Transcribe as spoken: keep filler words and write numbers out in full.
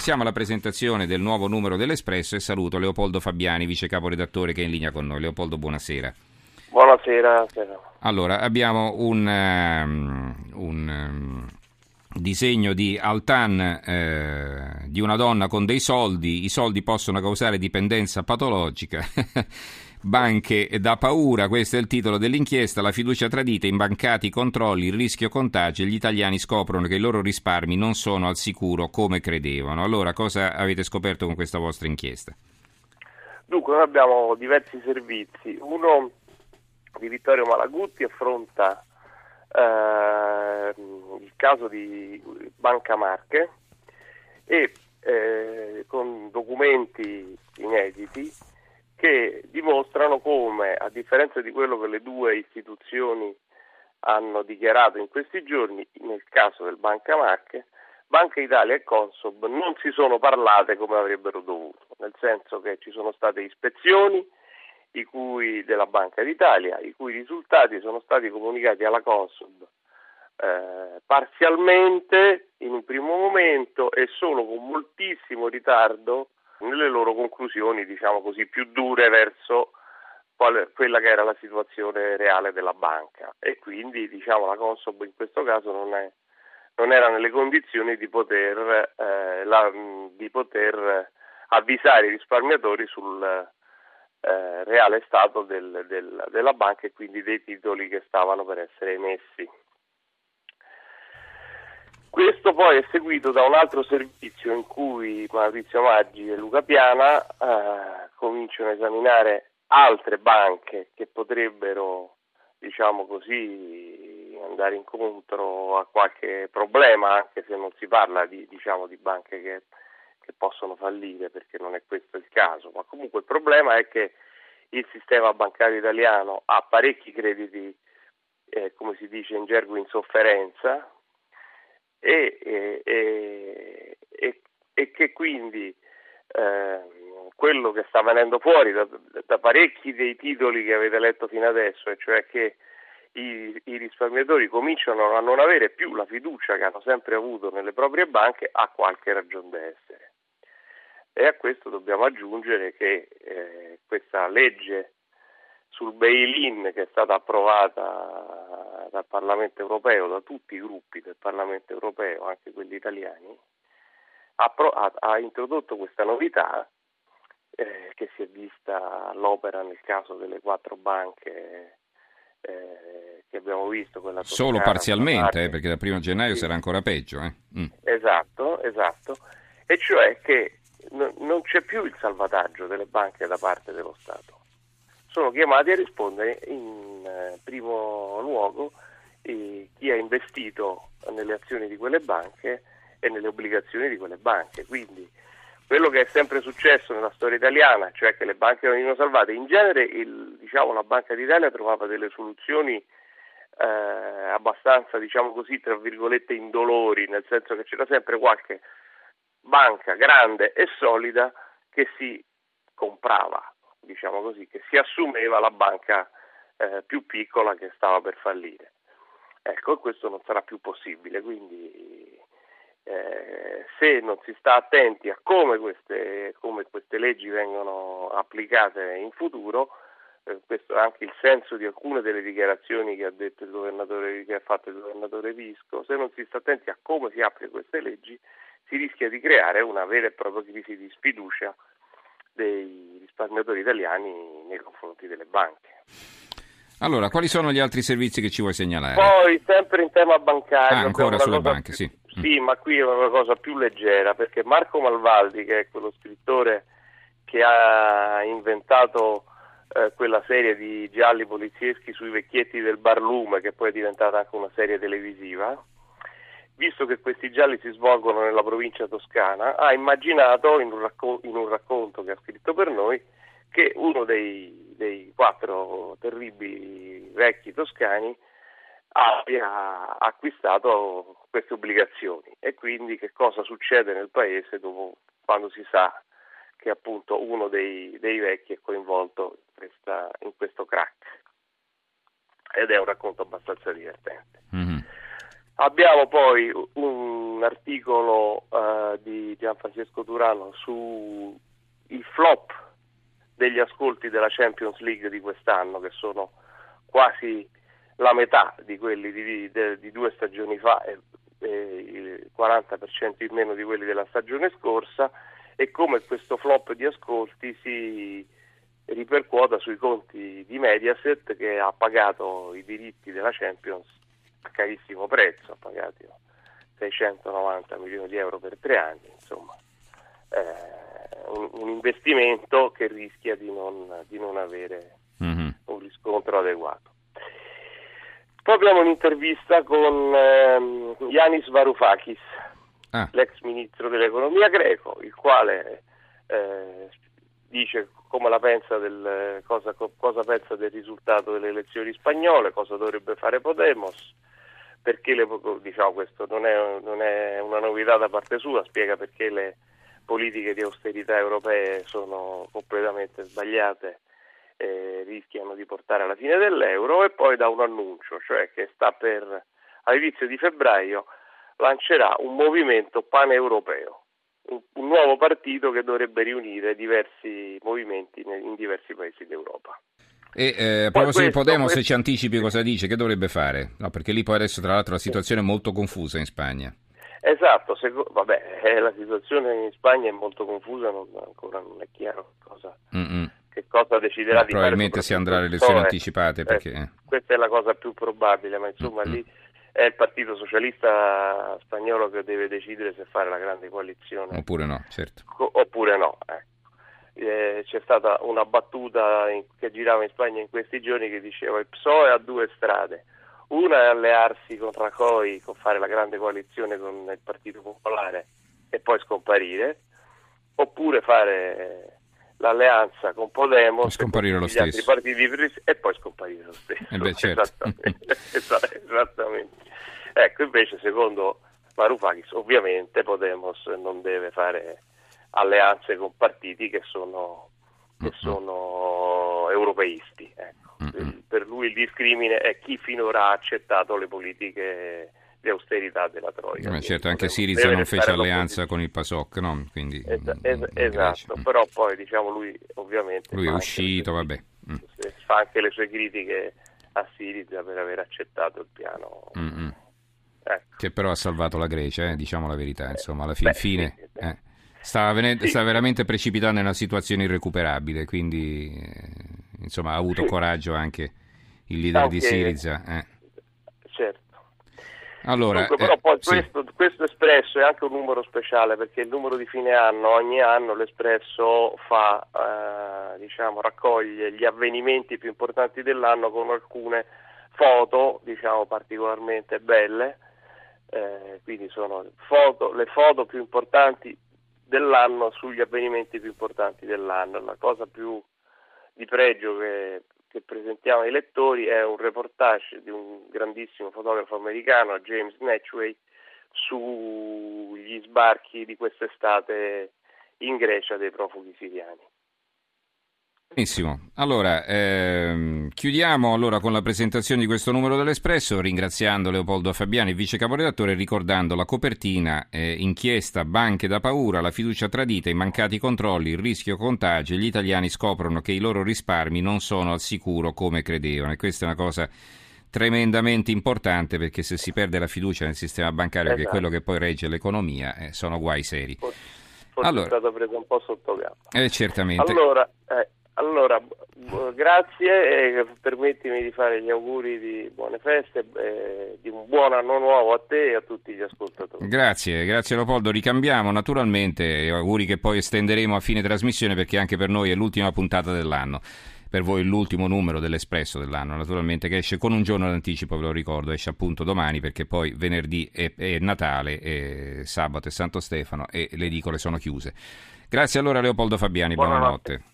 passiamo alla presentazione del nuovo numero dell'Espresso e saluto Leopoldo Fabiani, vice caporedattore, che è in linea con noi. Leopoldo, buonasera. Buonasera. Allora, abbiamo un, um, un um, disegno di Altan eh, di una donna con dei soldi. I soldi possono causare dipendenza patologica. Banche da paura, questo è il titolo dell'inchiesta. La fiducia tradita, imbancati controlli, il rischio contagi e gli italiani scoprono che i loro risparmi non sono al sicuro come credevano. Allora, cosa avete scoperto con questa vostra inchiesta? Dunque, noi abbiamo diversi servizi. Uno di Vittorio Malagutti affronta eh, il caso di Banca Marche e eh, con documenti inediti che dimostrano come, a differenza di quello che le due istituzioni hanno dichiarato in questi giorni, nel caso del Banca Marche, Banca Italia e Consob non si sono parlate come avrebbero dovuto, nel senso che ci sono state ispezioni i cui, della Banca d'Italia, i cui risultati sono stati comunicati alla Consob eh, parzialmente in un primo momento e solo con moltissimo ritardo nelle loro conclusioni, diciamo così, più dure verso quale, quella che era la situazione reale della banca, e quindi, diciamo, la Consob in questo caso non, è, non era nelle condizioni di poter, eh, la, di poter avvisare i risparmiatori sul eh, reale stato del, del, della banca e quindi dei titoli che stavano per essere emessi. Questo poi è seguito da un altro servizio in cui Maurizio Maggi e Luca Piana eh, cominciano a esaminare altre banche che potrebbero, diciamo così, andare incontro a qualche problema, anche se non si parla di, diciamo, di banche che, che possono fallire, perché non è questo il caso, ma comunque il problema è che il sistema bancario italiano ha parecchi crediti, eh, come si dice in gergo, in sofferenza, E, e, e, e che quindi eh, quello che sta venendo fuori da, da parecchi dei titoli che avete letto fino adesso, e cioè che i, i risparmiatori cominciano a non avere più la fiducia che hanno sempre avuto nelle proprie banche, ha qualche ragion d'essere. E a questo dobbiamo aggiungere che eh, questa legge sul bail-in, che è stata approvata dal Parlamento europeo, da tutti i gruppi del Parlamento europeo, anche quelli italiani, ha, pro- ha, ha introdotto questa novità eh, che si è vista all'opera nel caso delle quattro banche eh, che abbiamo visto. Quella Solo Toscana, parzialmente, eh, perché dal primo gennaio sì. sarà ancora peggio. Eh. Mm. Esatto, esatto. E cioè che n- non c'è più il salvataggio delle banche da parte dello Stato. Sono chiamati a rispondere in eh, primo luogo eh, chi ha investito nelle azioni di quelle banche e nelle obbligazioni di quelle banche. Quindi quello che è sempre successo nella storia italiana, cioè che le banche venivano salvate, in genere il, diciamo, la Banca d'Italia trovava delle soluzioni eh, abbastanza, diciamo così, tra virgolette indolori, nel senso che c'era sempre qualche banca grande e solida che si comprava, diciamo così, che si assumeva la banca eh, più piccola che stava per fallire. Ecco, questo non sarà più possibile, quindi eh, se non si sta attenti a come queste, come queste leggi vengono applicate in futuro, eh, questo è anche il senso di alcune delle dichiarazioni che ha detto il governatore, che ha fatto il governatore Visco, se non si sta attenti a come si applicano queste leggi, si rischia di creare una vera e propria crisi di sfiducia dei risparmiatori italiani nei confronti delle banche. Allora, quali sono gli altri servizi che ci vuoi segnalare? Poi, sempre in tema bancario... Ah, ancora sulle cosa banche, più, sì. Sì, ma qui è una cosa più leggera, perché Marco Malvaldi, che è quello scrittore che ha inventato eh, quella serie di gialli polizieschi sui vecchietti del Barlume, che poi è diventata anche una serie televisiva, visto che questi gialli si svolgono nella provincia toscana, ha immaginato in un, racco- in un racconto che ha scritto per noi che uno dei, dei quattro terribili vecchi toscani abbia acquistato queste obbligazioni, e quindi che cosa succede nel paese dopo, quando si sa che appunto uno dei, dei vecchi è coinvolto in, questa, in questo crack. Ed è un racconto abbastanza divertente. Mm-hmm. Abbiamo poi un articolo uh, di Gianfrancesco Turano su il flop degli ascolti della Champions League di quest'anno, che sono quasi la metà di quelli di, di, di due stagioni fa e, e il quaranta per cento in meno di quelli della stagione scorsa, e come questo flop di ascolti si ripercuota sui conti di Mediaset, che ha pagato i diritti della Champions a carissimo prezzo, ha pagato seicentonovanta milioni di euro per tre anni, insomma eh, un, un investimento che rischia di non, di non avere mm-hmm. un riscontro adeguato. Poi abbiamo un'intervista con ehm, Yanis Varoufakis, ah. l'ex ministro dell'economia greco, il quale eh, dice come la pensa del cosa, cosa pensa del risultato delle elezioni spagnole, cosa dovrebbe fare Podemos, perché le, diciamo questo non è, non è una novità da parte sua, spiega perché le politiche di austerità europee sono completamente sbagliate e rischiano di portare alla fine dell'euro, e poi dà un annuncio, cioè che sta per all'inizio di febbraio lancerà un movimento paneuropeo, un, un nuovo partito che dovrebbe riunire diversi movimenti in, in diversi paesi d'Europa. E eh, a proposito di Podemos, questo... se ci anticipi cosa dice, che dovrebbe fare? No, perché lì poi adesso tra l'altro la situazione è molto confusa in Spagna. Esatto, se, vabbè, eh, la situazione in Spagna è molto confusa, non, ancora non è chiaro cosa, che cosa deciderà Ma di probabilmente fare. Probabilmente si andrà alle elezioni eh, anticipate. Perché... Eh, questa è la cosa più probabile, ma insomma Mm-mm. lì è il Partito Socialista spagnolo che deve decidere se fare la grande coalizione. Oppure no, certo. Co- oppure no, ecco. Eh, c'è stata una battuta in, che girava in Spagna in questi giorni che diceva: il P S O E ha due strade, una è allearsi con Rajoy, con fare la grande coalizione con il Partito Popolare e poi scomparire, oppure fare l'alleanza con Podemos e scomparire lo gli stesso altri partiti e poi scomparire lo stesso. Eh beh, certo. Esattamente. Esattamente. Ecco, invece secondo Varoufakis ovviamente Podemos non deve fare alleanze con partiti che sono, che sono europeisti, ecco. Mm-hmm. Per lui il discrimine è chi finora ha accettato le politiche di austerità della Troica. Ma certo, anche Syriza non fece alleanza con il PASOK, no? Quindi, es- es- esatto, mm. però poi diciamo lui ovviamente lui è uscito, vabbè. Mm. Fa anche le sue critiche a Syriza per aver accettato il piano. Mm-hmm. Ecco. Che però ha salvato la Grecia, eh? Diciamo la verità, insomma, alla fin Beh, fine... Sì, eh. Sta, vene- sì. sta veramente precipitando in una situazione irrecuperabile, quindi eh, insomma ha avuto sì. coraggio anche il leader anche, di Syriza. Eh. Certo. Allora, Dunque, però eh, poi sì. questo, questo Espresso è anche un numero speciale, perché il numero di fine anno, ogni anno l'Espresso fa, eh, diciamo, raccoglie gli avvenimenti più importanti dell'anno con alcune foto, diciamo, particolarmente belle. Eh, quindi sono foto, le foto più importanti dell'anno sugli avvenimenti più importanti dell'anno. La cosa più di pregio che, che presentiamo ai lettori è un reportage di un grandissimo fotografo americano, James Natchway, sugli sbarchi di quest'estate in Grecia dei profughi siriani. Benissimo, allora ehm, chiudiamo allora con la presentazione di questo numero dell'Espresso, ringraziando Leopoldo Fabiani, vice caporedattore, ricordando la copertina: eh, inchiesta, banche da paura, la fiducia tradita, i mancati controlli, il rischio contagio, gli italiani scoprono che i loro risparmi non sono al sicuro come credevano, e questa è una cosa tremendamente importante, perché se si perde la fiducia nel sistema bancario, esatto, che è quello che poi regge l'economia, eh, sono guai seri. Forse, forse allora, è stato preso un po' sotto gamba. Eh, certamente. Allora, eh, Allora, grazie, e permettimi di fare gli auguri di buone feste, eh, di un buon anno nuovo a te e a tutti gli ascoltatori. Grazie, grazie Leopoldo, ricambiamo naturalmente, auguri che poi estenderemo a fine trasmissione, perché anche per noi è l'ultima puntata dell'anno, per voi è l'ultimo numero dell'Espresso dell'anno, naturalmente, che esce con un giorno d'anticipo, ve lo ricordo, esce appunto domani, perché poi venerdì è, è Natale, e sabato è Santo Stefano e le edicole sono chiuse. Grazie allora Leopoldo Fabiani, buonanotte. buonanotte.